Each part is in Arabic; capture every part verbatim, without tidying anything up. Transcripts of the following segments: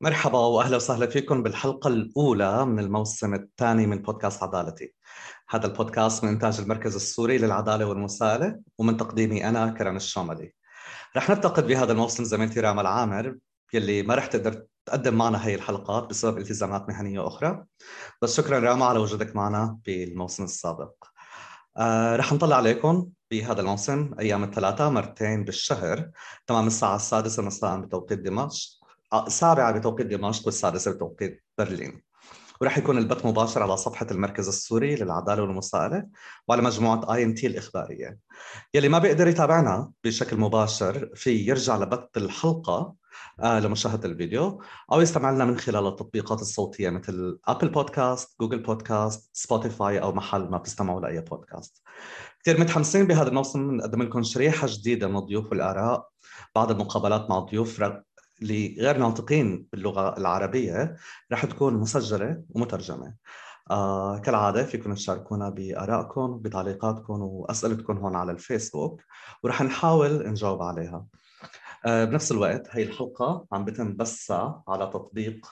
مرحبا واهلا وسهلا فيكم بالحلقه الاولى من الموسم الثاني من بودكاست عدالتي. هذا البودكاست من انتاج المركز السوري للعداله والمساءله ومن تقديمي انا كرم الشاملي. رح نفتقد بهذا الموسم زميلتي راما العامر يلي ما رح تقدر تقدم معنا هي الحلقات بسبب التزامات مهنيه اخرى. بس شكرا راما على وجودك معنا بالموسم السابق. آه رح نطلع عليكم بهذا الموسم أيام الثلاثاء مرتين بالشهر، تمام الساعة السادسة مساء بتوقيت دمشق، آه، السابعة بتوقيت دمشق والسادسة بتوقيت برلين. ورح يكون البث مباشر على صفحة المركز السوري للعدالة والمساءلة وعلى مجموعة آي إن تي الإخبارية. يلي ما بيقدر يتابعنا بشكل مباشر في يرجع لبث الحلقة آه لمشاهدة الفيديو، أو يستمع لنا من خلال التطبيقات الصوتية مثل أبل بودكاست، جوجل بودكاست، سبوتيفاي، أو محل ما بتستمعوا لأي بودكاست. كثير متحمسين بهذا الموسم نقدم لكم شريحة جديدة من الضيوف والآراء بعد المقابلات مع ضيوف ر- اللي غير ناطقين باللغة العربية، رح تكون مسجلة ومترجمة. آه كالعادة فيكم تشاركونا بآرائكم بتعليقاتكم وأسئلتكم هون على الفيسبوك، ورح نحاول نجاوب عليها. آه بنفس الوقت هي الحلقة عم بتم بثها على تطبيق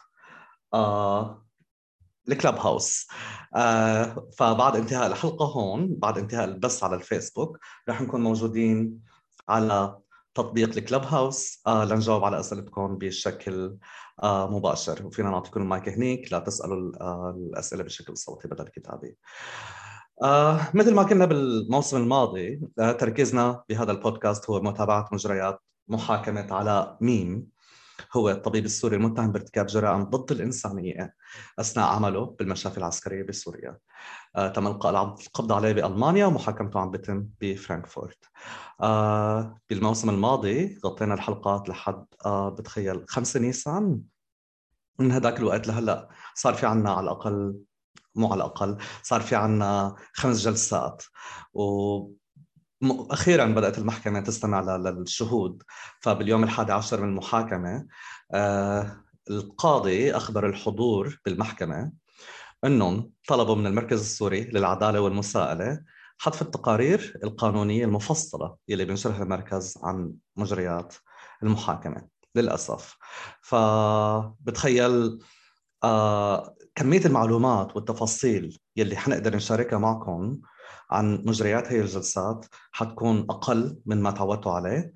آه الكلاب هاوس. آه فبعد انتهاء الحلقة هون، بعد انتهاء البث على الفيسبوك، رح نكون موجودين على تطبيق الكلاب هاوس آه لنجاوب على أسئلتكم بشكل آه مباشر، وفينا نعطيكم المايك هنيك لا تسألوا ال- آه الأسئلة بشكل صوتي بدل كتابي. آه مثل ما كنا بالموسم الماضي، آه تركيزنا بهذا البودكاست هو متابعة مجريات محاكمة علاء ميم، هو الطبيب السوري المتهم بارتكاب جرائم ضد الإنسانية أثناء عمله بالمشافي العسكرية بسوريا. آه تم إلقاء القبض عليه بألمانيا ومحاكمته عم بتم بفرانكفورت. آه بالموسم الماضي غطينا الحلقات لحد آه بتخيل خمسة نيسان. من هذاك الوقت لهلا صار في عنا على الأقل، مو على الأقل، صار في عنا خمس جلسات. و م- أخيرا بدأت المحكمة تستمع ل- للشهود. فباليوم الحادي عشر من المحاكمة، آه القاضي أخبر الحضور بالمحكمة أنهم طلبوا من المركز السوري للعدالة والمساءلة حذف التقارير القانونية المفصلة يلي بينشرها المركز عن مجريات المحاكمة. للأسف فبتخيل آه كمية المعلومات والتفاصيل يلي حنقدر نشاركها معكم عن مجريات هي الجلسات حتكون أقل من ما تعودتوا عليه.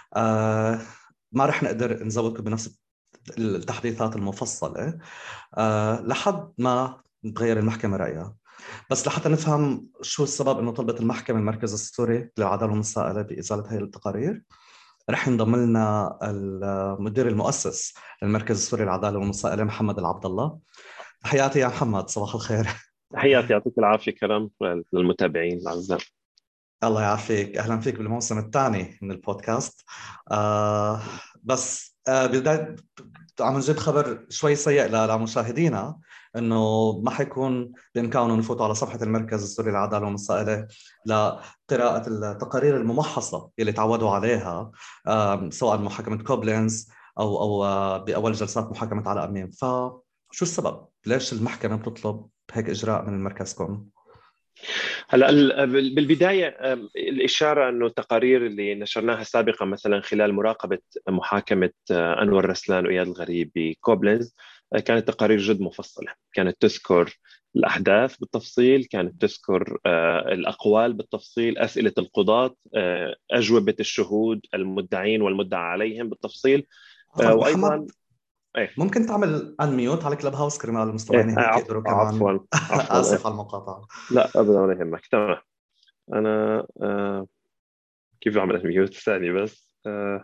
آه ما رح نقدر نزودكم بنفس التحديثات المفصلة آه لحد ما تغير المحكمة رأيها. بس لحتى نفهم شو السبب انه طلبت المحكمة المركز السوري للعدالة والمساءلة بإزالة هذه التقارير، رح ينضم لنا المدير المؤسس للمركز السوري للعدالة والمساءلة محمد العبد الله. حياتي يا محمد، صباح الخير. تحياتي، يعطيك العافية كرم للمتابعين الأعزاء. الله يعافيك، أهلا فيك بالموسم الثاني من البودكاست. آه بس آه بداية عم نجيب خبر شوي سيء ل- لمشاهدينا، انه ما حيكون بامكانهم يفوتوا على صفحه المركز السوري للعداله والمساءله لقراءه التقارير الممحصه اللي تعودوا عليها، آم، سواء محاكمه كوبلينز او او آه، باول جلسات محاكمه علاء امين. فشو السبب؟ ليش المحكمه بتطلب هيك اجراء من مركزكم؟ هلا ال- بالبداية أم، الإشارة أنه التقارير اللي نشرناها سابقا مثلا خلال مراقبة محاكمة أه، أنور رسلان وإياد الغريب بكوبلنز، أه، كانت تقارير جد مفصلة، كانت تذكر الأحداث بالتفصيل، كانت تذكر أه، الأقوال بالتفصيل، أسئلة القضاة، أه، أجوبة الشهود المدعين والمدعى عليهم بالتفصيل. عفوا أه، محمد، وأيضا إيه ممكن تعمل انميوت على كلب هاوس كرمال إيه المستمعين هنيك عفوا يقدروا كمان. عفوا عفوا إيه. اسف على المقاطعه. لا أبدا ولا يهمك، تمام. انا آه كيف بعمل ميوت ثاني بس آه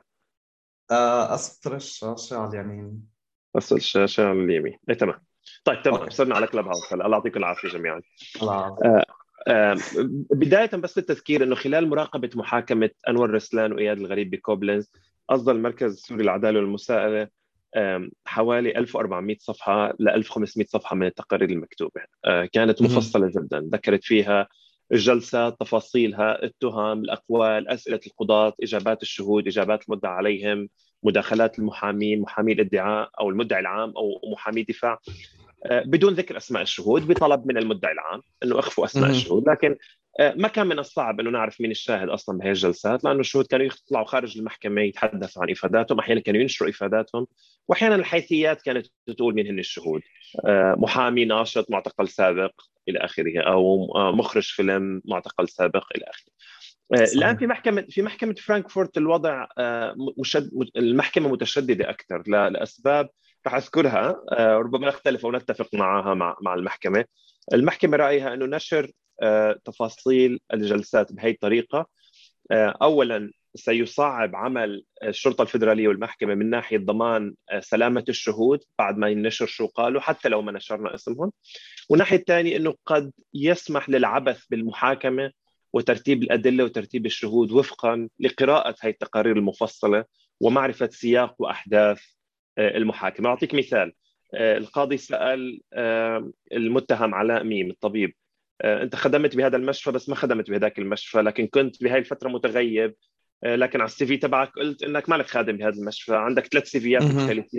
آه، اسفل الشاشه على اليمين. بس الشاشه على اليمين، اي تمام. طيب تمام، اوكي. صرنا على كلب هاوس هلا، الله يعطيكم العافيه جميعا. الله. آه آه بدايه بس للتذكير انه خلال مراقبه محاكمه انور رسلان واياد الغريب بكوبلنز، اصدر المركز السوري للعداله والمساءله آم، حوالي ألف وأربعمئة صفحه ل ألف وخمسمئة صفحه من التقارير المكتوبه. آه كانت مهم. مفصله جدا، ذكرت فيها الجلسات، تفاصيلها، التهم، الأقوال، أسئلة القضاة، إجابات الشهود، إجابات المدعى عليهم، مداخلات المحامين، محامي الادعاء أو المدعي العام أو محامي دفاع، آه، بدون ذكر أسماء الشهود، بطلب من المدعي العام أنه أخفوا أسماء مهم. الشهود. لكن ما كان من الصعب انه نعرف مين الشاهد اصلا بهي الجلسات، لانه الشهود كانوا يطلعوا خارج المحكمه يتحدثوا عن افاداتهم، احيانا كانوا ينشروا افاداتهم، واحيانا الحيثيات كانت تقول مين هن الشهود، محامي ناشط معتقل سابق الى اخره، او مخرج فيلم معتقل سابق الى اخره. الان صحيح. في محكمه في محكمه فرانكفورت الوضع مشد، المحكمه متشدده اكثر لاسباب راح اذكرها، ربما نختلف ونتفق معها مع مع المحكمه. المحكمه رايها انه نشر تفاصيل الجلسات بهي الطريقه اولا سيصعب عمل الشرطه الفدراليه والمحكمه من ناحيه ضمان سلامه الشهود بعد ما ينشر شو قالوا حتى لو ما نشرنا اسمهم، والناحيه الثانيه انه قد يسمح للعبث بالمحاكمه وترتيب الادله وترتيب الشهود وفقا لقراءه هي التقارير المفصله ومعرفه سياق واحداث المحاكمه. اعطيك مثال، القاضي سال المتهم علاء ميم الطبيب، انت خدمت بهذا المشفى بس ما خدمت بهذاك المشفى، لكن كنت بهاي الفتره متغيب، لكن على السي في تبعك قلت انك مالك خادم بهذا المشفى، عندك ثلاث سي فيات مختلفين.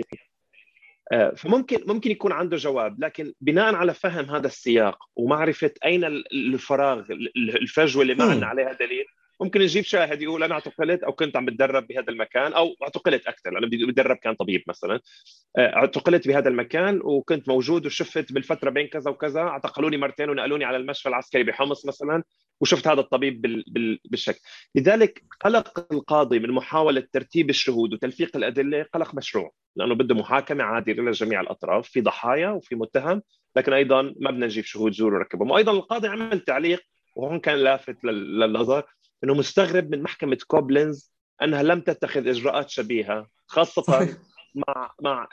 فممكن ممكن يكون عنده جواب، لكن بناء على فهم هذا السياق ومعرفه اين الفراغ الفجوه اللي ما عندنا عليها دليل، ممكن نجيب شاهد يقول انا اعتقلت او كنت عم بتدرب بهذا المكان، او اعتقلت اكثر لانه بدي بتدرب كان طبيب مثلا، اعتقلت بهذا المكان وكنت موجود وشفت بالفتره بين كذا وكذا، اعتقلوني مرتين ونقلوني على المشفى العسكري بحمص مثلا وشفت هذا الطبيب بالشك. لذلك قلق القاضي من محاوله ترتيب الشهود وتلفيق الادله قلق مشروع، لانه بده محاكمه عادله لجميع الاطراف، في ضحايا وفي متهم، لكن ايضا ما بدنا نجيب شهود زور ونركبهم. وايضا القاضي عمل تعليق وهون كان لافت للنظر، انه مستغرب من محكمه كوبلنز انها لم تتخذ اجراءات شبيهه، خاصه صحيح. مع مع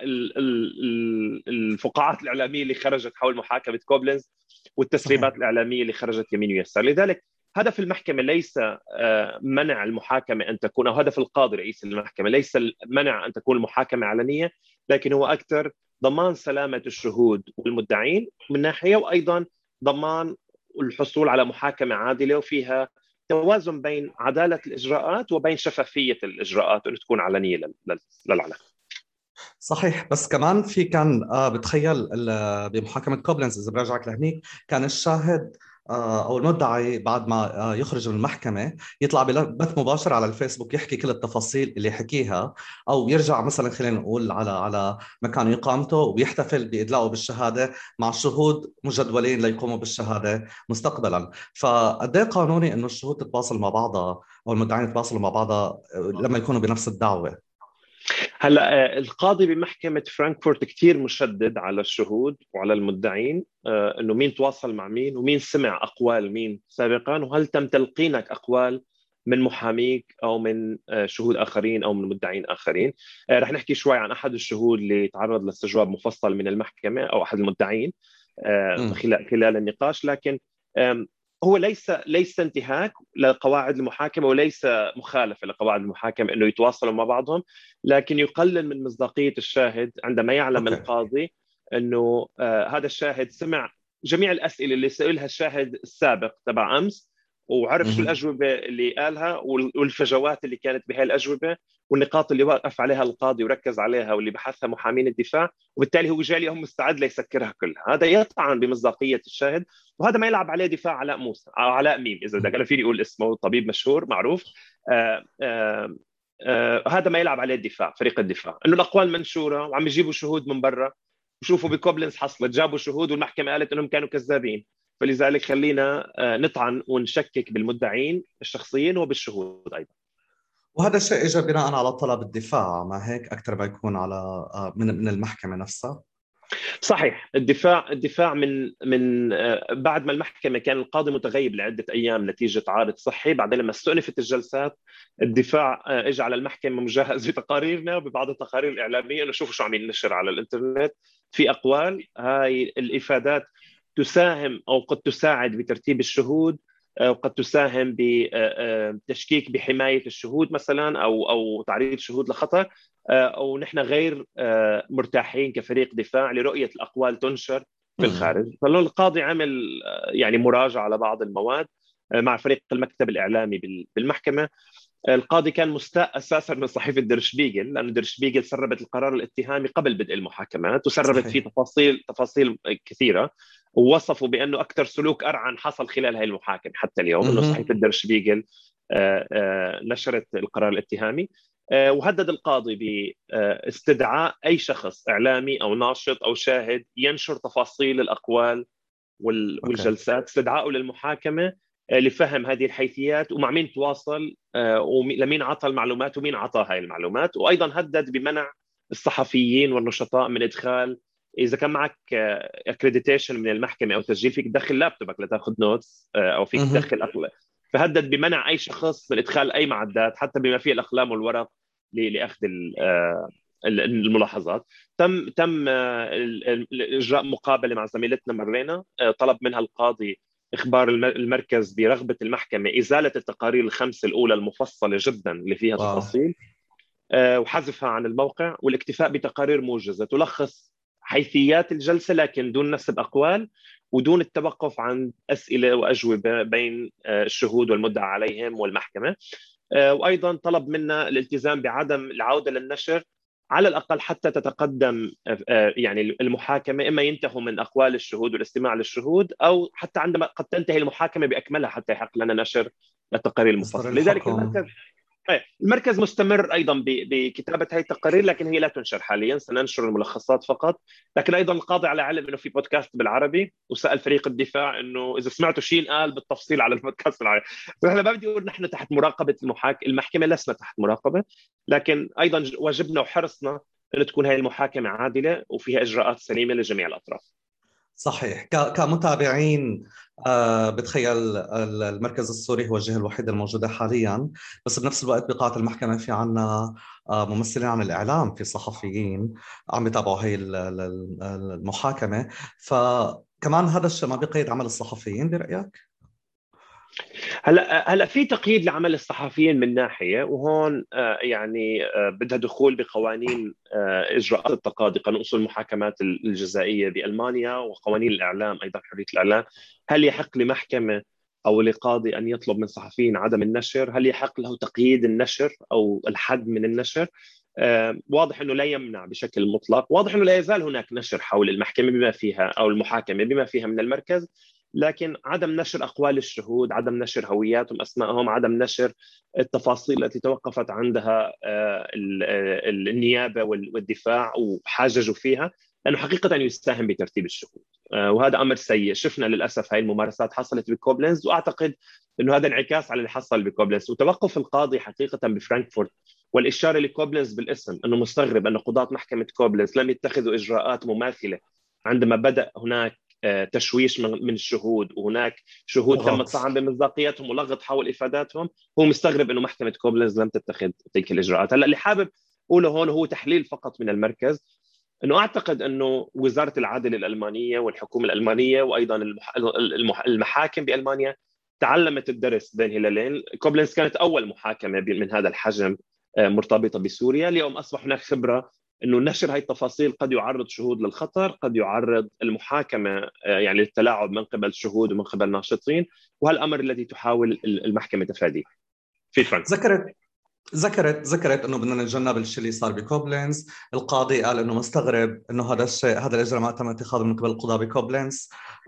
الفقاعات الاعلاميه اللي خرجت حول محاكمه كوبلنز والتسريبات صحيح. الاعلاميه اللي خرجت يمين ويسار. لذلك هدف المحكمه ليس منع المحاكمه ان تكون، او هدف القاضي رئيس المحكمه ليس منع ان تكون المحاكمه علنيه، لكن هو اكثر ضمان سلامه الشهود والمدعين من ناحيه، وايضا ضمان الحصول على محاكمه عادله وفيها توازن بين عداله الاجراءات وبين شفافيه الاجراءات وان تكون علنيه للعلن. صحيح. بس كمان في كان آه بتخيل بمحاكمة كوبلنز إذا برجعك لهنيك، كان الشاهد آه أو المدعي بعد ما آه يخرج من المحكمة يطلع ببث مباشر على الفيسبوك يحكي كل التفاصيل اللي حكيها، أو يرجع مثلا خلينا نقول على على مكان إقامته ويحتفل بإدلاؤه بالشهادة مع شهود مجدولين ليقوموا بالشهادة مستقبلا. فقد ايه قانوني إنه الشهود تتواصل مع بعضها أو المدعين يتواصلوا مع بعضها لما يكونوا بنفس الدعوة؟ هلا القاضي بمحكمة فرانكفورت كثير مشدد على الشهود وعلى المدعين، انه مين تواصل مع مين ومين سمع اقوال مين سابقا، وهل تم تلقينك اقوال من محاميك او من شهود اخرين او من مدعين اخرين. رح نحكي شوي عن احد الشهود اللي تعرض لاستجواب مفصل من المحكمة او احد المدعين خلال خلال النقاش، لكن هو ليس ليس انتهاك لقواعد المحاكمه وليس مخالفه لقواعد المحاكمه انه يتواصلوا مع بعضهم، لكن يقلل من مصداقيه الشاهد عندما يعلم أوكي. القاضي انه آه هذا الشاهد سمع جميع الاسئله اللي سئلها الشاهد السابق تبع امس، وعرف شو الاجوبه اللي قالها والفجوات اللي كانت بهاي الاجوبه والنقاط اللي وقف عليها القاضي وركز عليها واللي بحثها محامين الدفاع، وبالتالي هو جاي اليوم مستعد ليسكرها كلها. هذا يطعن بمصداقيه الشاهد، وهذا ما يلعب عليه دفاع علاء موسى او علاء ميم اذا بدك، انا فيني اقول اسمه، طبيب مشهور معروف. آآ آآ آآ هذا ما يلعب عليه الدفاع، فريق الدفاع، انه الاقوال منشوره وعم يجيبوا شهود من برا، وشوفوا بكوبلنز حصلت جابوا شهود والمحكمه قالت انهم كانوا كذابين. فلذلك خلينا نطعن ونشكك بالمدعين الشخصيين وبالشهود ايضا. وهذا الشيء اجى بناء على طلب الدفاع، ما هيك اكثر ما يكون على من من المحكمه نفسها. صحيح. الدفاع الدفاع من من بعد ما المحكمه كان القاضي متغيب لعده ايام نتيجه عارض صحي، بعدين لما استؤنفت الجلسات الدفاع اجى على المحكمه مجهز بتقاريرنا وببعض التقارير الاعلاميه انه شوفوا شو عم ينشر على الانترنت في اقوال، هاي الافادات تساهم او قد تساعد بترتيب الشهود، وقد تساهم بتشكيك بحمايه الشهود مثلا او او تعريض الشهود لخطر، او نحن غير مرتاحين كفريق دفاع لرؤيه الاقوال تنشر في الخارج. فالقاضي عمل يعني مراجعه على بعض المواد مع فريق المكتب الاعلامي بالمحكمه. القاضي كان مستاء اساسا من صحيفه در شبيغل، لانه در شبيغل سربت القرار الاتهامي قبل بدء المحاكمات وسربت فيه تفاصيل تفاصيل كثيره، ووصفوا بأنه أكثر سلوك أرعن حصل خلال هاي المحاكمة حتى اليوم، أنه مهم. صحيفة در شبيغل آه، آه، نشرت القرار الاتهامي. آه، وهدد القاضي باستدعاء أي شخص إعلامي أو ناشط أو شاهد ينشر تفاصيل الأقوال وال- اوكي. والجلسات، استدعائه للمحاكمة آه، لفهم هذه الحيثيات ومع مين تواصل، آه، ولمين عطى المعلومات ومين عطى هاي المعلومات. وأيضا هدد بمنع الصحفيين والنشطاء من إدخال، إذا كان معك اكريديتيشن من المحكمة أو تسجيل، فيك تدخل لابتوبك لتاخذ نوتس، آه، أو فيك مهم. تدخل أقل. فهدد بمنع أي شخص من إدخال أي معدات حتى بما فيه الأقلام والورق ل- لأخذ ال- آه، ال- الملاحظات. تم تم آه، ال- ال- إجراء مقابلة مع زميلتنا مارلينا، آه، طلب منها القاضي إخبار الم- المركز برغبة المحكمة إزالة التقارير الخمسة الأولى المفصلة جدا اللي فيها واو. تفاصيل، آه، وحذفها عن الموقع، والاكتفاء بتقارير موجزة تلخص حيثيات الجلسة لكن دون نسب أقوال ودون التوقف عن أسئلة وأجوبة بين آه، الشهود والمدعى عليهم والمحكمة. آه، وأيضا طلب منا الالتزام بعدم العودة للنشر على الأقل حتى تتقدم آه، آه، يعني المحاكمة، إما ينتهوا من أقوال الشهود والاستماع للشهود، أو حتى عندما قد تنتهي المحاكمة بأكملها حتى يحق لنا نشر التقارير إصدار المفصلة. لذلك الحكم. المركز إيه، المركز مستمر ايضا ب- بكتابه هذه التقارير، لكن هي لا تنشر حاليا، سننشر الملخصات فقط. لكن ايضا القاضي على علم انه في بودكاست بالعربي، وسال فريق الدفاع انه اذا سمعتوا شيء قال بالتفصيل على البودكاست بالعربي. فاحنا ما بدي اقول نحن تحت مراقبه المحاك... المحكمه، لسنا تحت مراقبه، لكن ايضا ج- واجبنا وحرصنا انه تكون هذه المحاكمه عادله وفيها اجراءات سليمه لجميع الاطراف. صحيح. ك- كمتابعين، آه، بتخيل ال- المركز السوري هو الجهة الوحيدة الموجودة حاليا، بس بنفس الوقت بقاعة المحكمة في عنا آه، ممثلين عن الإعلام، في صحفيين عم يتابعوا هي ال- ال- المحاكمة. فكمان هذا الشيء ما بيقيد عمل الصحفيين برأيك؟ هلا هلا في تقييد لعمل الصحفيين من ناحيه، وهون آه، يعني آه، بدها دخول بقوانين آه، اجراءات التقاضي، قانون اصول المحاكمات الجزائيه بالمانيا، وقوانين الاعلام ايضا، حريه الاعلام. هل يحق لمحكمه او لقاضي ان يطلب من صحفيين عدم النشر؟ هل يحق له تقييد النشر او الحد من النشر؟ آه، واضح انه لا يمنع بشكل مطلق، واضح انه لا يزال هناك نشر حول المحكمه بما فيها او المحاكمه بما فيها من المركز، لكن عدم نشر أقوال الشهود، عدم نشر هوياتهم، أسمائهم، عدم نشر التفاصيل التي توقفت عندها آه، ال- آه، النيابة وال- والدفاع وحاججوا فيها، لأنه حقيقة يساهم بترتيب الشهود. آه، وهذا أمر سيء. شفنا للأسف هاي الممارسات حصلت بكوبلنز، وأعتقد أنه هذا انعكاس على اللي حصل بكوبلنز. وتوقف القاضي حقيقة بفرانكفورت والإشارة لكوبلنز بالاسم، أنه مستغرب أن قضاة محكمة كوبلنز لم يتخذوا إجراءات مماثلة عندما بدأ هناك آه، تشويش من من الشهود، وهناك شهود تم ضغط. الطعن بمصداقيتهم ولغط حول افاداتهم. هو مستغرب انه محكمه كوبلنز لم تتخذ تلك الاجراءات. هلا اللي حابب اقوله هون هو تحليل فقط من المركز، انه اعتقد انه وزاره العدل الالمانيه والحكومه الالمانيه وايضا المح... المح... المحاكم بالمانيا تعلمت الدرس بين هلالين. كوبلنز كانت اول محاكمه من هذا الحجم آه، مرتبطه بسوريا. اليوم اصبح هناك خبره انه نشر هاي التفاصيل قد يعرض شهود للخطر، قد يعرض المحاكمه آه، يعني للتلاعب من قبل شهود ومن قبل ناشطين، وهالامر الذي تحاول المحكمه تفاديه في فرانكفورت. ذكرت ذكرت ذكرت انه بدنا نتجنب الشيء اللي صار بكوبلينز. القاضي قال انه مستغرب انه هذا الشيء، هذا الاجراء ما تم اتخاذه من قبل القضاة بكوبلينز.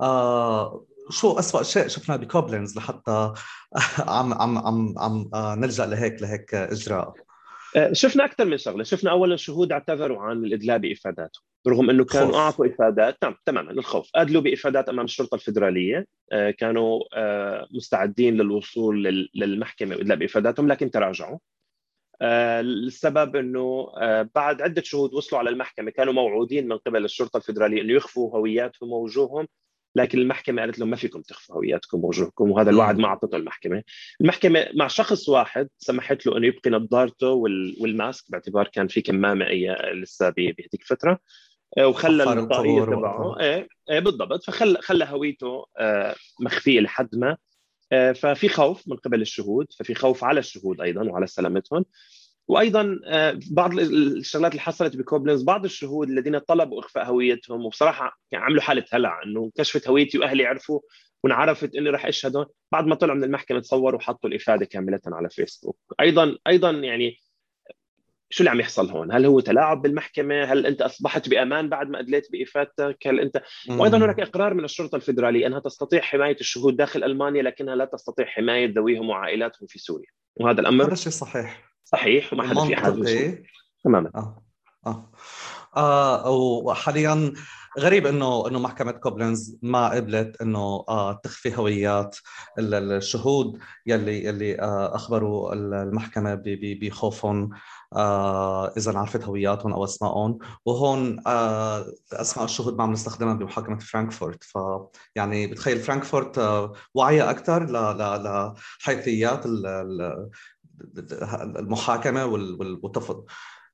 آه شو أسوأ شيء شفناه بكوبلينز لحتى عم عم عم عم آه نلجأ لهيك لهيك اجراء؟ آه، شفنا اكثر من شغله. شفنا اولا شهود اعتذروا عن الادلاء بافاداتهم رغم انه كانوا خوف. اعطوا افادات. نعم تماما، الخوف. ادلوا بافادات امام الشرطه الفدراليه، آه، كانوا آه، مستعدين للوصول لل- للمحكمه وادلاء بافاداتهم لكن تراجعوا. آه، السبب انه آه، بعد عده شهود وصلوا على المحكمه كانوا موعودين من قبل الشرطه الفدراليه انه يخفوا هوياتهم ووجوههم، لكن المحكمه قالت لهم ما فيكم تخفوا هوياتكم ووجوهكم، وهذا الوعد ما امم. اعطته المحكمه. المحكمه مع شخص واحد سمحت له انه يبقي نظارته وال- والماسك، باعتبار كان في كمامه اي لسه ب- بهذيك الفتره، آه، وخلى حفار الطاقيه القبور تبعه وقتها. ايه إيه بالضبط، فخلى خلى هويته آه، مخفيه لحد ما. آه، ففي خوف من قبل الشهود، ففي خوف على الشهود ايضا وعلى سلامتهم. وايضا آه، بعض الشغلات اللي حصلت بكوبلنز، بعض الشهود الذين طلبوا اخفاء هويتهم وبصراحه يعني عملوا حاله هلع انه كشفت هويتي واهلي عرفوا وانعرفت اني راح اشهد، بعد ما طلعوا من المحكمه تصوروا وحطوا الافاده كامله على فيسبوك. ايضا ايضا يعني شو اللي عم يحصل هون؟ هل هو تلاعب بالمحكمة؟ هل أنت أصبحت بأمان بعد ما أدليت بإفادتك؟ هل أنت وأيضا هناك امم إقرار من الشرطة الفيدرالية أنها تستطيع حماية الشهود داخل ألمانيا لكنها لا تستطيع حماية ذويهم وعائلاتهم في سوريا، وهذا الأمر هذا شيء صحيح صحيح وما حدا في حال يشوف. ومنطقي. تماما. اه اه آه وحاليا غريب انه انه محكمة كوبلنز ما قبلت انه آه تخفي هويات ال- ال- الشهود يلي يلي آه اخبروا ال- المحكمة ب- ب- بخوفهم آه اذا عرفت هوياتهم او اسمائهم. وهون آه اسماء الشهود ما عم نستخدمها بمحاكمة فرانكفورت. ف يعني بتخيل فرانكفورت آه واعية اكثر ل ل لحيثيات ال- ال- المحاكمة وال- وال- والتفض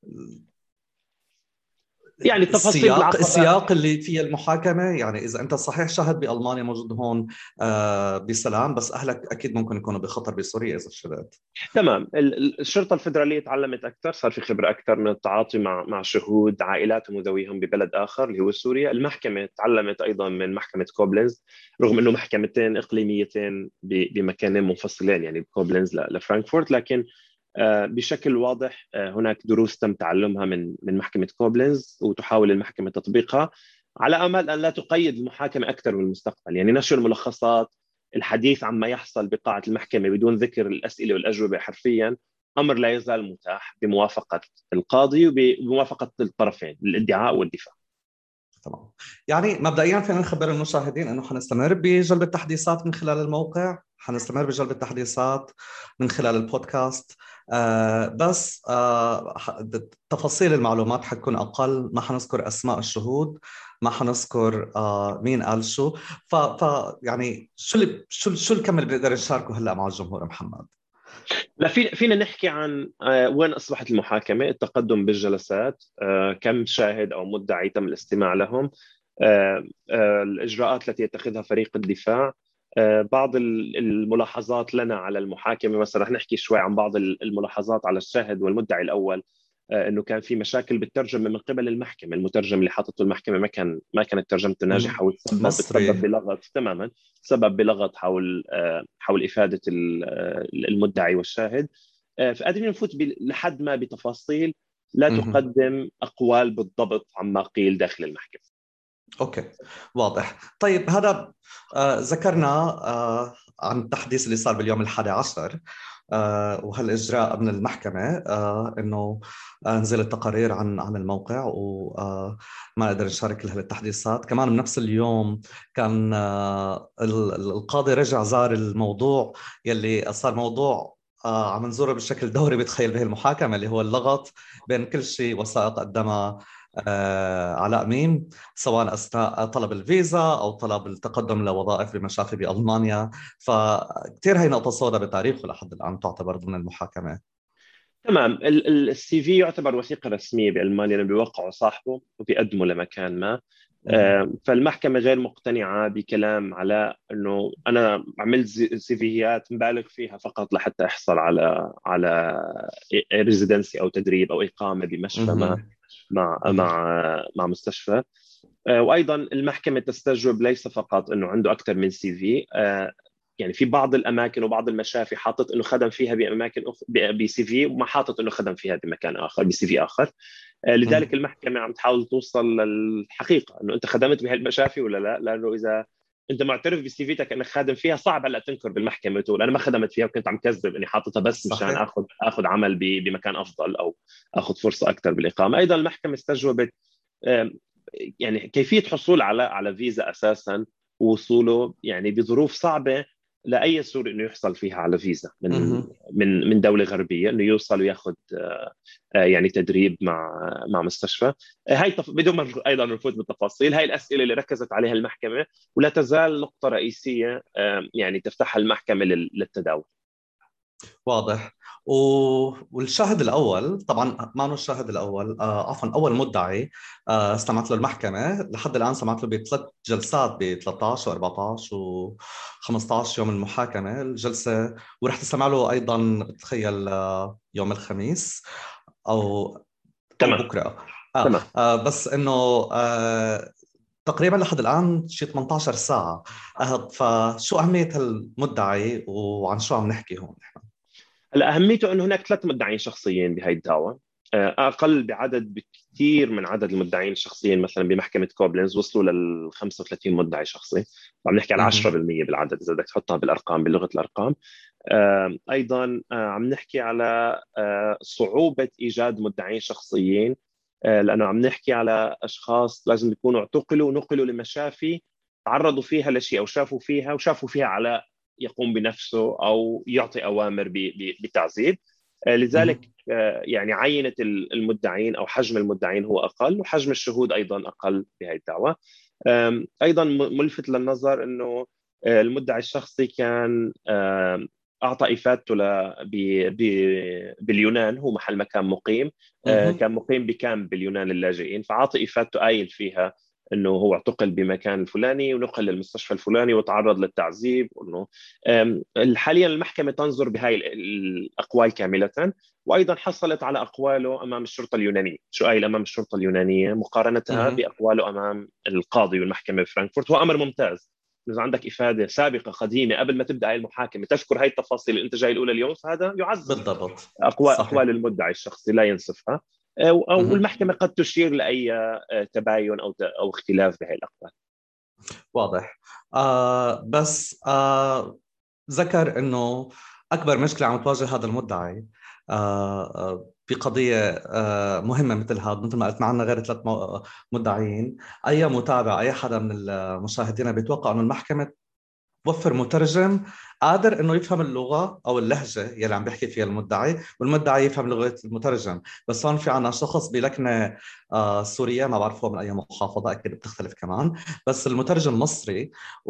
يعني التفاصيل السياق بالعقبة. السياق اللي فيه المحاكمة. يعني إذا أنت صحيح شاهد بألمانيا موجود هون آه بسلام، بس أهلك أكيد ممكن يكونوا بخطر بسوريا إذا شلت. تمام. ال- ال- الشرطة الفيدرالية تعلمت أكثر، صار في خبرة أكثر من التعاطي مع مع شهود عائلاتهم وذويهم ببلد آخر اللي هو سوريا. المحكمة تعلمت أيضا من محكمة كوبلنز، رغم أنه محكمتين إقليميتين ب- بمكانين منفصلين، يعني كوبلنز ل- لفرانكفورت، لكن آه، بشكل واضح آه، هناك دروس تم تعلمها من من محكمة كوبلنز وتحاول المحكمة تطبيقها على أمل أن لا تقيد المحاكمة أكثر بالمستقبل. يعني نشر ملخصات، الحديث عما يحصل بقاعة المحكمة بدون ذكر الأسئلة والأجوبة حرفيا، أمر لا يزال متاح بموافقة القاضي وبموافقة الطرفين، الادعاء والدفاع. تمام. يعني مبدئيا فينا نخبر المشاهدين انه حنستمر بجلب التحديثات من خلال الموقع، حنستمر بجلب التحديثات من خلال البودكاست. آه بس آه ح- تفاصيل المعلومات حتكون اقل، ما حنذكر اسماء الشهود، ما حنذكر آه مين قال شو. ف, ف يعني شو اللي شو شو الكم اللي بنقدر نشاركه هلا مع الجمهور محمد؟ لا، في فينا نحكي عن آه، وين أصبحت المحاكمة، التقدم بالجلسات، آه، كم شاهد أو مدعي تم الاستماع لهم، آه، آه، الإجراءات التي يتخذها فريق الدفاع، آه، بعض ال- الملاحظات لنا على المحاكمة. مثلا رح نحكي شوي عن بعض ال- الملاحظات على الشاهد والمدعي الأول. آه، انه كان في مشاكل بالترجمه من قبل المحكمه، المترجم اللي حاطته المحكمه ما كان ما كانت ترجمته ناجحه، مم. وتسبب تسبب مصري. بلغط. تماما. تسبب بلغط حول آه، حول افاده ال- آه، المدعي والشاهد. آه، فقادرين نفوت ب- لحد ما بتفاصيل لا مم. تقدم اقوال بالضبط عما قيل داخل المحكمه. اوكي، واضح. طيب هذا آه ذكرنا آه عن التحديث اللي صار باليوم الحادي عشر آه وهالاجراء من المحكمه آه انه آه نزل التقارير عن عن الموقع وما نقدر نشارك كل هالتحديثات. كمان بنفس اليوم كان آه ال- ال- القاضي رجع زار الموضوع يلي صار موضوع آه عم نزوره بشكل دوري بتخيل به المحاكمه، اللي هو اللغط بين كل شيء وثائق قدمها آه علاء ميم، سواء أثناء طلب الفيزا أو طلب التقدم لوظائف بمشافي بألمانيا. فكتير هي نقطة سوداء بتاريخه لحد الآن تعتبر ضمن المحاكمة. تمام. السي في يعتبر وثيقه رسميه بالمانيا، لانه بيوقعه صاحبه وبيقدمه لمكان ما. مهم. آه، فالمحكمة غير مقتنعة بكلام علاء أنه أنا عملت سيفيات مبالغ فيها فقط لحتى أحصل على على ريزيدنسي أو تدريب أو إقامة بمشفى ما مهم. مع مهم. مع مع مستشفى. آه، وايضا المحكمه تستجوب ليس فقط انه عنده اكثر من سي في، آه، يعني في بعض الاماكن وبعض المشافي حاطط انه خدم فيها باماكن أخ... بي سي في، وما حاطط انه خدم فيها بمكان اخر بسي في اخر. آه، لذلك مهم. المحكمه عم تحاول توصل للحقيقه انه انت خدمت بهالمشافي ولا لا، لانه اذا انت معترف بسي فيتك انك خادم فيها صعب هلا تنكر بالمحكمه تقول انا ما خدمت فيها وكنت عم كذب اني حاططها بس مشان صحيح. اخذ اخذ عمل ب... بمكان افضل او اخذ فرصه اكثر بالاقامه. ايضا المحكمه استجوبت يعني كيفيه حصول على على فيزا اساسا، ووصوله يعني بظروف صعبه لاي سوري انه يحصل فيها على فيزا من مهم. من من دوله غربيه، انه يوصل وياخذ آه، آه، يعني تدريب مع مع مستشفى. آه، هاي تف... بدون ما ايضا نفوت بالتفاصيل، هاي الاسئله اللي ركزت عليها المحكمه، ولا تزال نقطه رئيسيه آه، يعني تفتحها المحكمه لل- للتداول. واضح. و... والشاهد الأول طبعا ما هو الشاهد الأول آه عفوا أول مدعي آه استمعت له المحكمة لحد الآن. سمعت له بثلاث جلسات ب ثلاثة عشر و14 و15 يوم المحاكمة الجلسة، ورح تستمع له أيضا بتخيل آه يوم الخميس أو أو تمام. بكرة. آه تمام. آه بس إنه آه تقريبا لحد الآن شي ثمانية عشر ساعة. آه فشو أهمية هالمدعي وعن شو عم نحكي هون؟ هلا اهميته انه هناك ثلاث مدعين شخصيين بهي الدعوه. أقل بعدد بكثير من عدد المدعين الشخصيين. مثلا بمحكمة كوبلنز وصلوا لل خمسة وثلاثين مدعي شخصي، عم نحكي على عشرة بالمية بالعدد إذا بدك تحطها بالأرقام بلغة الأرقام. أيضا عم نحكي على صعوبة إيجاد مدعين شخصيين، لأنه عم نحكي على أشخاص لازم يكونوا اعتقلوا ونقلوا لمشافي تعرضوا فيها لشيء أو شافوا فيها وشافوا فيها على يقوم بنفسه أو يعطي أوامر بتعذيب. لذلك يعني عينة المدعين أو حجم المدعين هو أقل، وحجم الشهود أيضا أقل بهذه الدعوة. أيضا ملفت للنظر أنه المدعي الشخصي كان أعطى إفادته باليونان، هو محل مكان مقيم، كان مقيم بكامب باليونان للاجئين، فعاطي إفادته قايل فيها انه هو اعتقل بمكان الفلاني ونقل للمستشفى الفلاني وتعرض للتعذيب. انه حاليا المحكمه تنظر بهاي الاقوال كامله، وايضا حصلت على اقواله امام الشرطه اليونانيه. شو قايل امام الشرطه اليونانيه مقارنتها باقواله امام القاضي والمحكمه بفرانكفورت؟ هو امر ممتاز. اذا عندك افاده سابقه قديمه قبل ما تبدا هاي المحاكمه تذكر هاي التفاصيل اللي انت جاي الاولى اليوم، فهذا يعزز بالضبط اقوال اقوال المدعي الشخصي لا ينصفها، او المحكمه قد تشير لاي تباين او او اختلاف بهاي الاقوال. واضح. آه بس آه ذكر انه اكبر مشكله عم تواجه هذا المدعي آه في قضيه آه مهمه مثل هذا، مثل ما قلت معنا غير ثلاث مدعيين. اي متابع، اي حدا من المشاهدين بيتوقع انه المحكمه توفر مترجم قادر انه يفهم اللغه او اللهجه يلي عم بيحكي فيها المدعي، والمدعي يفهم لغه المترجم. بس هون في عنا شخص بلكنه آه سوريا، ما بعرف هو من اي محافظه، اكيد بتختلف كمان، بس المترجم مصري.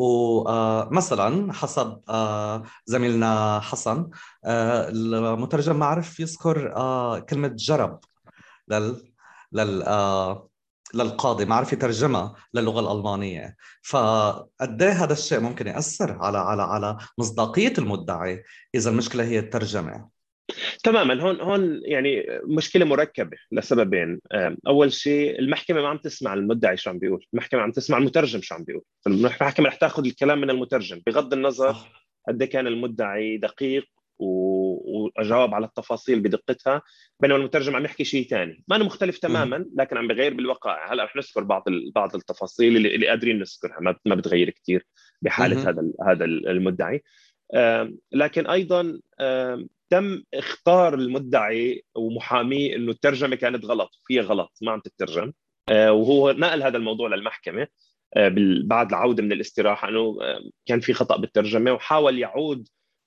ومثلا حسب آه زميلنا حسن، آه المترجم ما عرف يذكر آه كلمه جرب لل لل آه للقاضي، ما عرف يترجمها للغة الألمانية. فقد ايه هذا الشيء ممكن يأثر على على على مصداقية المدعي إذا المشكلة هي الترجمة؟ تماما. هون هون يعني مشكله مركبه لسببين. اول شيء المحكمه ما عم تسمع المدعي شو عم بيقول، المحكمه عم تسمع المترجم شو عم بيقول. المحكمه رح تاخذ الكلام من المترجم بغض النظر صح. قد كان المدعي دقيق واجاوب على التفاصيل بدقتها، بينما المترجم عم يحكي شيء ثاني ما أنا مختلف تماما لكن عم بغير بالوقائع. هلا رح نذكر بعض بعض التفاصيل اللي, اللي قادرين نذكرها، ما ما بتغير كثير بحاله هذا هذا المدعي. لكن ايضا تم اختار المدعي ومحاميه انه الترجمه كانت غلط، فيها غلط ما عم تترجم، وهو نقل هذا الموضوع للمحكمه بعد العوده من الاستراحه انه كان في خطا بالترجمه، وحاول يعود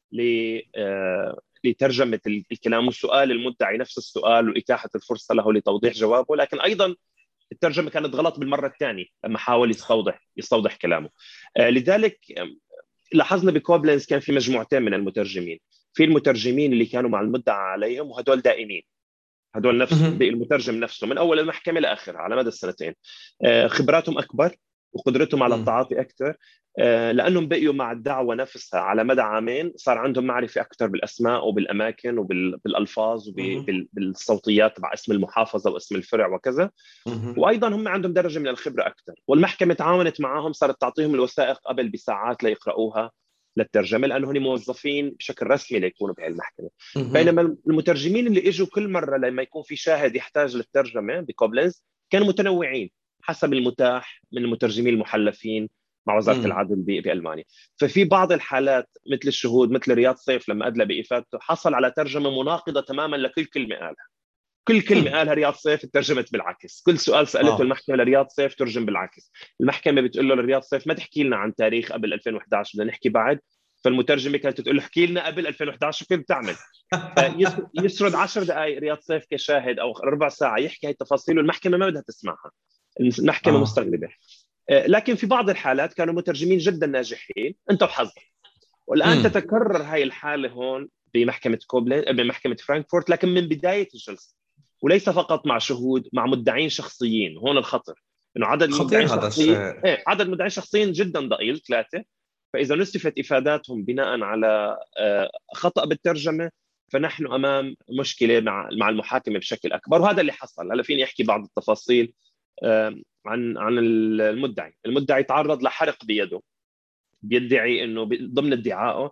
لترجمه الكلام وسؤال المدعي نفس السؤال واتاحه الفرصه له لتوضيح جوابه، لكن ايضا الترجمه كانت غلط بالمره الثانيه لما حاول يستوضح يستوضح كلامه. لذلك لاحظنا بكوبلنز كان في مجموعتين من المترجمين، في المترجمين اللي كانوا مع المدعى عليهم وهدول دائمين، هدول نفس المترجم نفسه من اول المحكمه لاخرها على مدى السنتين، خبراتهم اكبر وقدرتهم على التعاطي اكثر، لانهم بقيوا مع الدعوه نفسها على مدى عامين، صار عندهم معرفه اكثر بالاسماء وبالاماكن وبالالفاظ وبالصوتيات مع اسم المحافظه واسم الفرع وكذا، وايضا هم عندهم درجه من الخبره اكثر، والمحكمه تعاونت معهم، صارت تعطيهم الوثائق قبل بساعات ليقرأوها للترجمه لانه هم موظفين بشكل رسمي ليكونوا بهي المحكمه. بينما المترجمين اللي اجوا كل مره لما يكون في شاهد يحتاج للترجمه بكوبلنز كانوا متنوعين حسب المتاح من المترجمين المحلفين مع وزاره مم. العدل بألمانيا. ففي بعض الحالات مثل الشهود مثل رياض سيف لما ادلى بافادته حصل على ترجمه مناقضه تماما لكل كلمه قالها، كل كلمه قالها رياض سيف ترجمت بالعكس، كل سؤال سالته آه. المحكمه لرياض سيف ترجم بالعكس، المحكمه بتقول له لرياض سيف ما تحكي لنا عن تاريخ قبل ألفين وإحدى عشر بدنا نحكي بعد، فالمترجمه كانت تقول له احكي لنا قبل ألفين وإحدى عشر شو كنت بتعمل، فيسرد عشر دقائق رياض سيف كشاهد او ربع ساعه يحكي هاي التفاصيل والمحكمه ما بدها تسمعها، المحكمه آه. مستغربه. لكن في بعض الحالات كانوا مترجمين جدا ناجحين انت وحظك، والان م. تتكرر هاي الحاله هون بمحكمه كوبلن بمحكمه فرانكفورت، لكن من بدايه الجلسه وليس فقط مع شهود، مع مدعين شخصيين. هون الخطر انه عدد المدعين الشخصيين ايه عدد المدعين الشخصيين جدا ضئيل ثلاثه، فاذا نسفت افاداتهم بناء على خطا بالترجمه فنحن امام مشكله مع مع المحاكمه بشكل اكبر، وهذا اللي حصل. هلا فيني احكي بعض التفاصيل عن عن المدعي. المدعي تعرض لحرق بيده، بيدعي انه ضمن ادعائه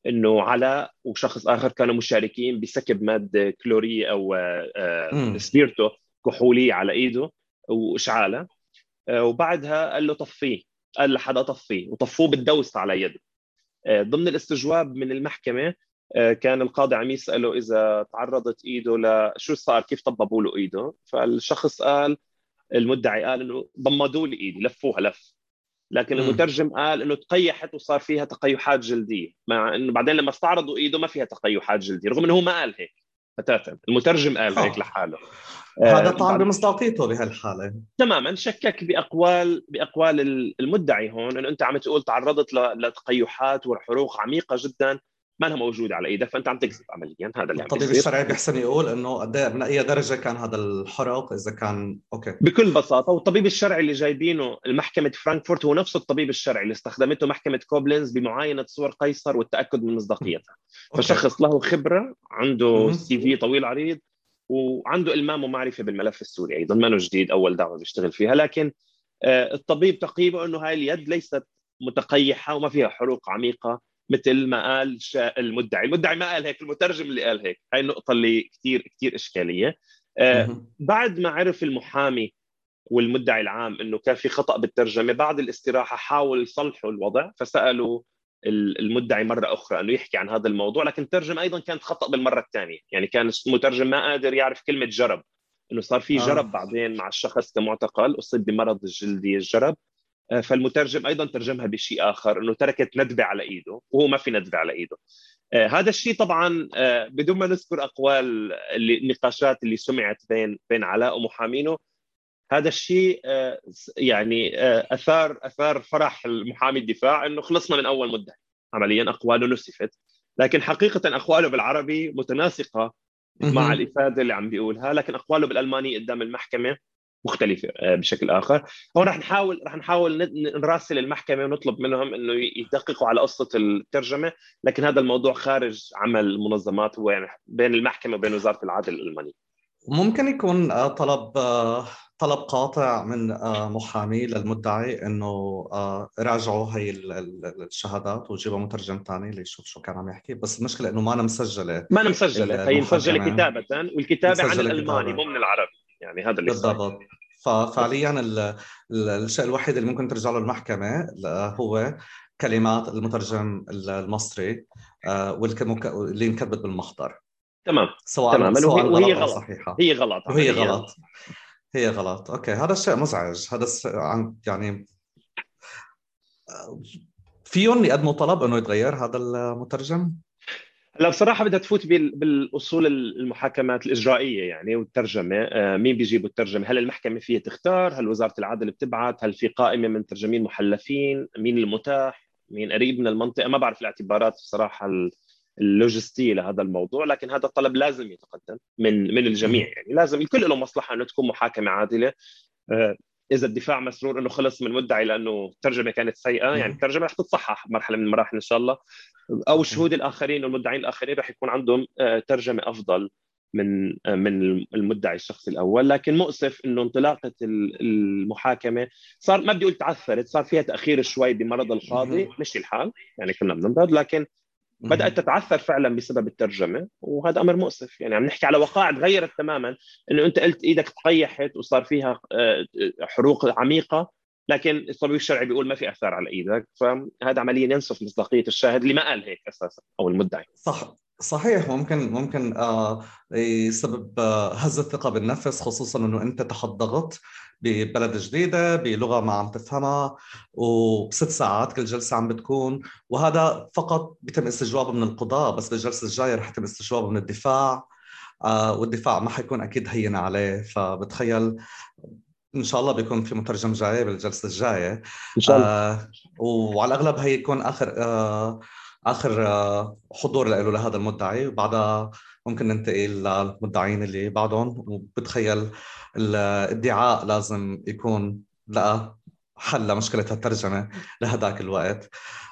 انه علاء وشخص اخر كانوا مشاركين بسكب ماده كلوريه او آه، امم سبيرتو كحوليه على ايده واشعاله. آه، وبعدها قال له طفيه، قال لحدا طفيه وطفوه بالدوس على يده. آه، ضمن الاستجواب من المحكمه آه، كان القاضي عم يساله اذا تعرضت ايده لشو صار، كيف طببوا له ايده. فالشخص قال، المدعي قال انه ضمدوا لي ايدي، لفوها لف. لكن امم المترجم قال انه تقيحت وصار فيها تقيحات جلديه، مع انه بعدين لما استعرضوا ايده ما فيها تقيحات جلديه، رغم انه هو ما قال هيك بتاتا، المترجم قال هيك ها لحاله. هذا آه طعن بعد بمصداقيته بهالحالة. تماما شكك باقوال باقوال المدعي هون، انه انت عم تقول تعرضت ل- لتقيحات وحروق عميقه جدا ما لها موجوده على ايدك، فانت عم تكذب عمليا. هذا اللي عم الطبيب بيصير. الشرعي بيحسن يقول انه قد إيه- من اي درجة كان هذا الحرق، اذا كان اوكي. بكل بساطة، والطبيب الشرعي اللي جايبينه المحكمة فرانكفورت هو نفس الطبيب الشرعي اللي استخدمته محكمة كوبلينز بمعاينة صور قيصر والتأكد من مصداقيتها. اوكي. فشخص له خبرة، عنده مهم. سي في طويل عريض، وعنده إلمام ومعرفة بالملف السوري أيضا، ما جديد، أول دعوة بيشتغل فيها. لكن آه، الطبيب تقييمه أنه هاي اليد ليست متقيحة وما فيها حروق عميقة مثل ما قال المدعي. المدعي ما قال هيك، المترجم اللي قال هيك. هاي النقطة اللي كثير كثير إشكالية. آه، مهم. بعد ما عرف المحامي والمدعي العام انه كان في خطأ بالترجمه، بعد الاستراحه حاول يصلحوا الوضع، فسالوا المدعي مره اخرى انه يحكي عن هذا الموضوع، لكن الترجمه ايضا كانت خطأ بالمره الثانيه. يعني كان المترجم ما قادر يعرف كلمه جرب، انه صار في اه جرب بعدين مع الشخص كمعتقل اصيب بمرض الجلدي الجرب. آه، فالمترجم ايضا ترجمها بشيء اخر، انه تركت ندبه على ايده وهو ما في ندبه على ايده. آه، هذا الشيء طبعا آه، بدون ما نذكر اقوال اللي النقاشات اللي سمعت بين بين علاء ومحامينه، هذا الشيء آه، يعني آه، اثار اثار فرح المحامي الدفاع انه خلصنا من اول مدعي. عمليا اقواله نسفت، لكن حقيقه اقواله بالعربي متناسقه مع مهم. الافاده اللي عم بيقولها، لكن اقواله بالالماني قدام المحكمه مختلفه آه، بشكل اخر. هون رح نحاول رح نحاول ن- نراسل المحكمه ونطلب منهم انه يدققوا على قصه الترجمه، لكن هذا الموضوع خارج عمل المنظمات، هو يعني بين المحكمه وبين وزاره العدل الالمانيه. ممكن يكون آه، طلب آه، طلب قاطع من آه، محامي للمدعي انه آه، راجعوا هي ال- ال- الشهادات وجيبوا مترجم ثاني ليشوف شو كان عم يحكي. بس المشكله انه ما أنا مسجله ما أنا مسجلة، هي مسجلة المحاكمه، كتابة، والكتابة عن مسجله الألماني كتابه. مو من العربي. يعني هذا اللي صاير. بالضبط. بس ففعليا ال- ال- الشيء الوحيد اللي ممكن ترجع له المحكمه ل- هو كلمات المترجم المصري آه، والك- اللي انكتبت بالمحضر، تمام. سواء تماما، وهي سواء وهي غلط او غلط. صحيحه. هي غلط وهي عمليا. غلط. هي غلط. اوكي، هذا الشيء مزعج. هذا الشيء عن يعني فيهم يقدموا طلب انه يتغير هذا المترجم. هلا بصراحة بدها تفوت بال- بالأصول المحاكمات الإجرائية يعني والترجمة. آه، مين بيجيبوا الترجمة؟ هل المحكمة فيها تختار؟ هل وزارة العدل بتبعت؟ هل في قائمة من ترجمين محلفين؟ مين المتاح؟ مين قريب من المنطقة؟ ما بعرف الاعتبارات بصراحة ال- اللوجستية لهذا الموضوع، لكن هذا الطلب لازم يتقدم من من الجميع. مهم. يعني لازم الكل له مصلحة انه تكون محاكمة عادلة. آه، اذا الدفاع مسرور انه خلص من مدعي لانه الترجمه كانت سيئه، يعني مهم. الترجمه رح تتصحح مرحله من المراحل ان شاء الله، او الشهود الاخرين والمدعين الاخرين رح يكون عندهم آه، ترجمه افضل من آه، من المدعي الشخصي الاول. لكن مؤسف انه انطلاقه ال- المحاكمه صار، ما بدي اقول تعثرت، صار فيها تاخير شوي بمرض القاضي، مهم. مشي الحال يعني كنا بننبض، لكن بدات مهم. تتعثر فعلا بسبب الترجمه، وهذا امر مؤسف. يعني عم نحكي على وقائع تغيرت تماما، انه انت قلت ايدك تقيحت وصار فيها آه، حروق عميقه، لكن الطبيب الشرعي بيقول ما في اثار على ايدك، فهذا عمليا ينسف مصداقيه الشاهد اللي ما قال هيك اساسا او المدعي. صح. صحيح. ممكن ممكن آه يسبب آه هز الثقة بالنفس، خصوصا انه انت تحت ضغط ببلد جديدة بلغة ما عم تفهمها، وبست ساعات كل جلسة عم بتكون. وهذا فقط بيتم استجوابه من القضاء، بس بالجلسة الجاية رح يتم استجوابه من الدفاع. آه والدفاع ما حيكون اكيد هين عليه. فبتخيل ان شاء الله بيكون في مترجم جاي بالجلسة الجاية. ان شاء الله. آه وعلى الاغلب هي يكون اخر آه اخر آه حضور له لهذا المدعي، وبعدها ممكن ننتقل للمدعين اللي بعدهم. وبتخيل الادعاء لازم يكون لقى حل لمشكلة الترجمة لهداك الوقت.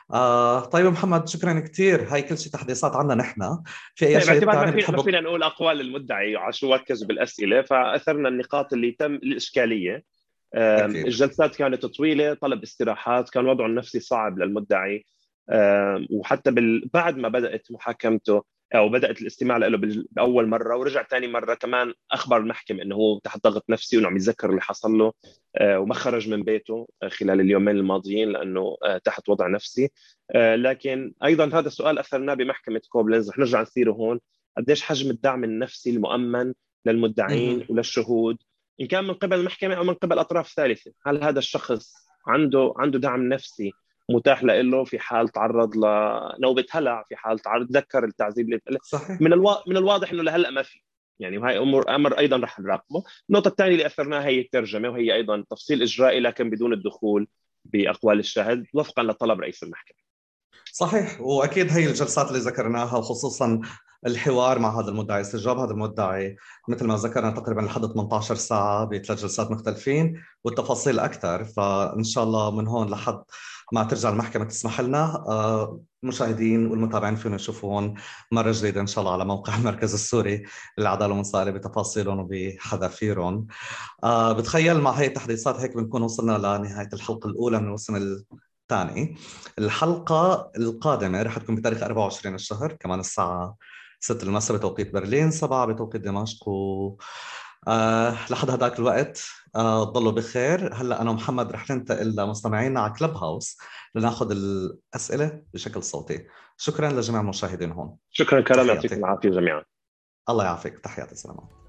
آه طيب محمد، شكرا كثير. هاي كل شيء تحديثات عنا نحن. في أي طيب، شيء باعتبار ما ثاني فينا ما بتحب؟ فينا نقول اقوال المدعي على شو ركزوا بالاسئله، فاثرنا النقاط اللي تم الاشكاليه. آم، أكيد. الجلسات كانت طويله، طلب استراحات، كان وضعه النفسي صعب للمدعي. وحتى بعد ما بدأت محاكمته أو بدأت الاستماع له بأول مرة ورجع ثاني مرة كمان أخبر المحكمة أنه هو تحت ضغط نفسي وأنه عم يتذكر اللي حصل له، وما خرج من بيته خلال اليومين الماضيين لأنه تحت وضع نفسي. لكن أيضا هذا السؤال أثرناه بمحكمة كوبلنز، رح نرجع نثيره هون. قديش حجم الدعم النفسي المؤمن للمدعين وللشهود إن كان من قبل المحكمة أو من قبل أطراف ثالثة؟ هل هذا الشخص عنده عنده دعم نفسي متاح له في حال تعرض لنوبة هلع، في حال تعرض تذكر التعذيب اللي صحيح. من الوا... من الواضح انه لهلا ما في يعني، وهي امور امر ايضا رح نراقبه. النقطه الثانيه اللي اثرناها هي الترجمه، وهي ايضا تفصيل اجرائي لكن بدون الدخول باقوال الشاهد وفقا لطلب رئيس المحكمه. صحيح، واكيد هي الجلسات اللي ذكرناها وخصوصا الحوار مع هذا المدعي، استجواب هذا المدعي مثل ما ذكرنا تقريبا لحد ثمانية عشر ساعة بثلاث جلسات مختلفين والتفاصيل أكثر. فإن شاء الله من هون لحد ما ترجع المحكمة تسمح لنا المشاهدين والمتابعين فينا يشوفون مرة جديدة إن شاء الله على موقع المركز السوري للعدالة والمساءلة بتفاصيلهم وبحذافيرهم. بتخيل مع هاي التحديثات هيك بنكون وصلنا لنهاية الحلقة الأولى من الموسم الثاني. الحلقة القادمة رح تكون بتاريخ أربعة وعشرين الشهر كمان الساعة ستة المساء بتوقيت برلين، سبعة بتوقيت دمشق. و آه لحد هذاك الوقت آه ضلوا بخير. هلا أنا ومحمد رح ننتقل لمستمعينا على كلب هاوس لناخذ الأسئلة بشكل صوتي. شكرا لجميع المشاهدين هون. شكرا كرم، يعطيكم العافية جميعا. الله يعافيك، تحياتي، سلام.